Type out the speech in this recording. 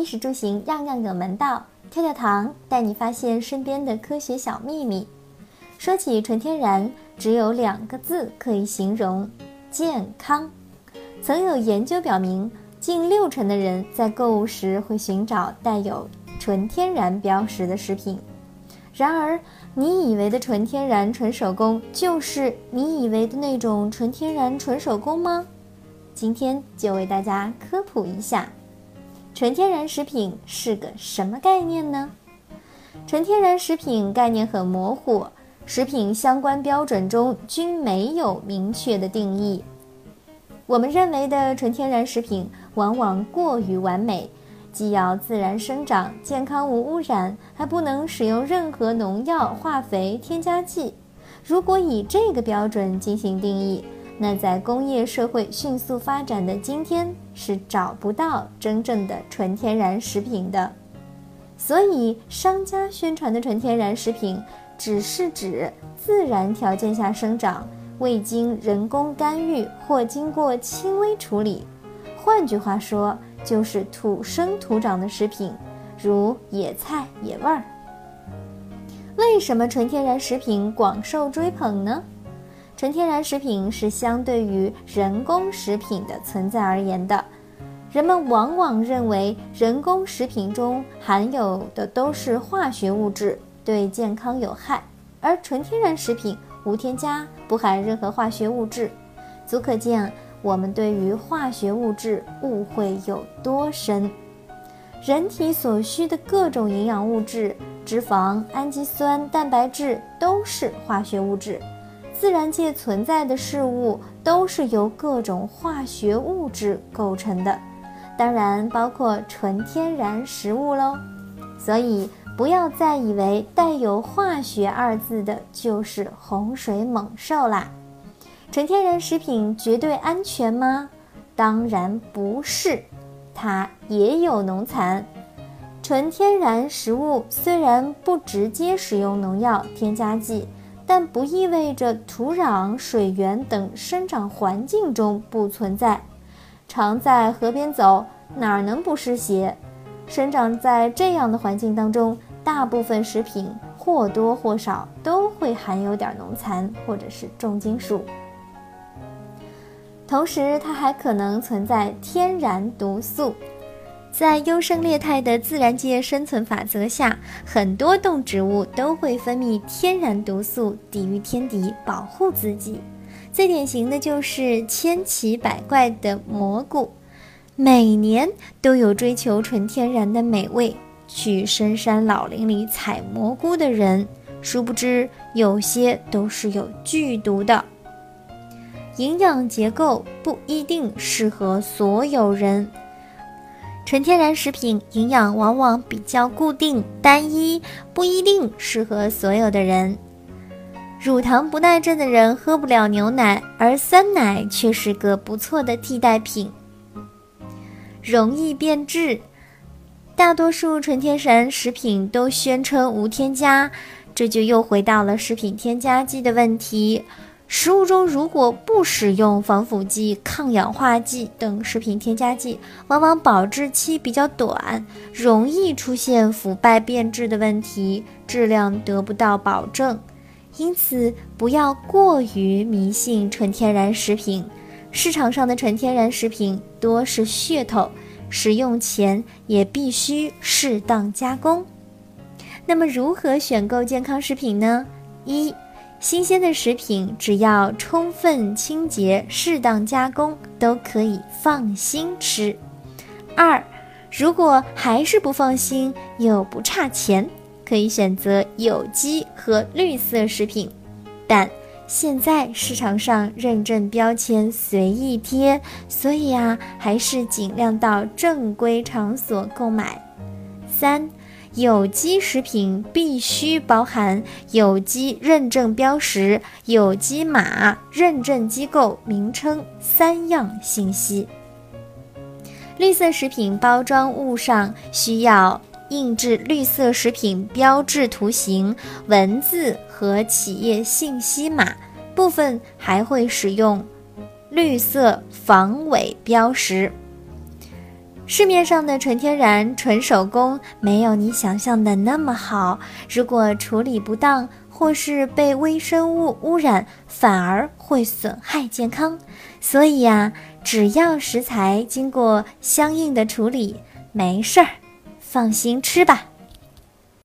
衣食住行样样有门道，跳跳糖带你发现身边的科学小秘密。说起纯天然，只有2个字可以形容：健康。曾有研究表明，近60%的人在购物时会寻找带有纯天然标识的食品。然而，你以为的纯天然纯手工，就是你以为的那种纯天然纯手工吗？今天就为大家科普一下，纯天然食品是个什么概念呢？纯天然食品概念很模糊，食品相关标准中均没有明确的定义。我们认为的纯天然食品往往过于完美，既要自然生长、健康无污染，还不能使用任何农药、化肥、添加剂。如果以这个标准进行定义，那在工业社会迅速发展的今天，是找不到真正的纯天然食品的。所以，商家宣传的纯天然食品，只是指自然条件下生长，未经人工干预或经过轻微处理。换句话说，就是土生土长的食品，如野菜、野味儿。为什么纯天然食品广受追捧呢？纯天然食品是相对于人工食品的存在而言的。人们往往认为人工食品中含有的都是化学物质，对健康有害，而纯天然食品无添加，不含任何化学物质。足可见我们对于化学物质误会有多深。人体所需的各种营养物质，脂肪、氨基酸、蛋白质都是化学物质。自然界存在的事物都是由各种化学物质构成的，当然包括纯天然食物咯。所以不要再以为带有化学2字的就是洪水猛兽啦。纯天然食品绝对安全吗？当然不是，它也有农残。纯天然食物虽然不直接使用农药、添加剂，但不意味着土壤、水源等生长环境中不存在。常在河边走，哪能不湿鞋？生长在这样的环境当中，大部分食品或多或少都会含有点农残或者是重金属。同时，它还可能存在天然毒素。在优胜劣汰的自然界生存法则下，很多动植物都会分泌天然毒素抵御天敌，保护自己。最典型的就是千奇百怪的蘑菇，每年都有追求纯天然的美味，去深山老林里采蘑菇的人，殊不知有些都是有剧毒的。营养结构不一定适合所有人。纯天然食品营养往往比较固定单一，不一定适合所有的人。乳糖不耐症的人喝不了牛奶，而酸奶却是个不错的替代品。容易变质，大多数纯天然食品都宣称无添加，这就又回到了食品添加剂的问题。食物中如果不使用防腐剂、抗氧化剂等食品添加剂，往往保质期比较短，容易出现腐败变质的问题，质量得不到保证。因此，不要过于迷信纯天然食品。市场上的纯天然食品多是噱头，食用前也必须适当加工。那么如何选购健康食品呢？一、新鲜的食品只要充分清洁、适当加工，都可以放心吃。2、如果还是不放心又不差钱，可以选择有机和绿色食品，但现在市场上认证标签随意贴，所以还是尽量到正规场所购买。3、有机食品必须包含有机认证标识、有机码、认证机构名称3样信息。绿色食品包装物上需要印制绿色食品标志图形、文字和企业信息码，部分还会使用绿色防伪标识。 市面上的纯天然、纯手工没有你想象的那么好，如果处理不当或是被微生物污染，反而会损害健康。所以呀，只要食材经过相应的处理，没事儿，放心吃吧。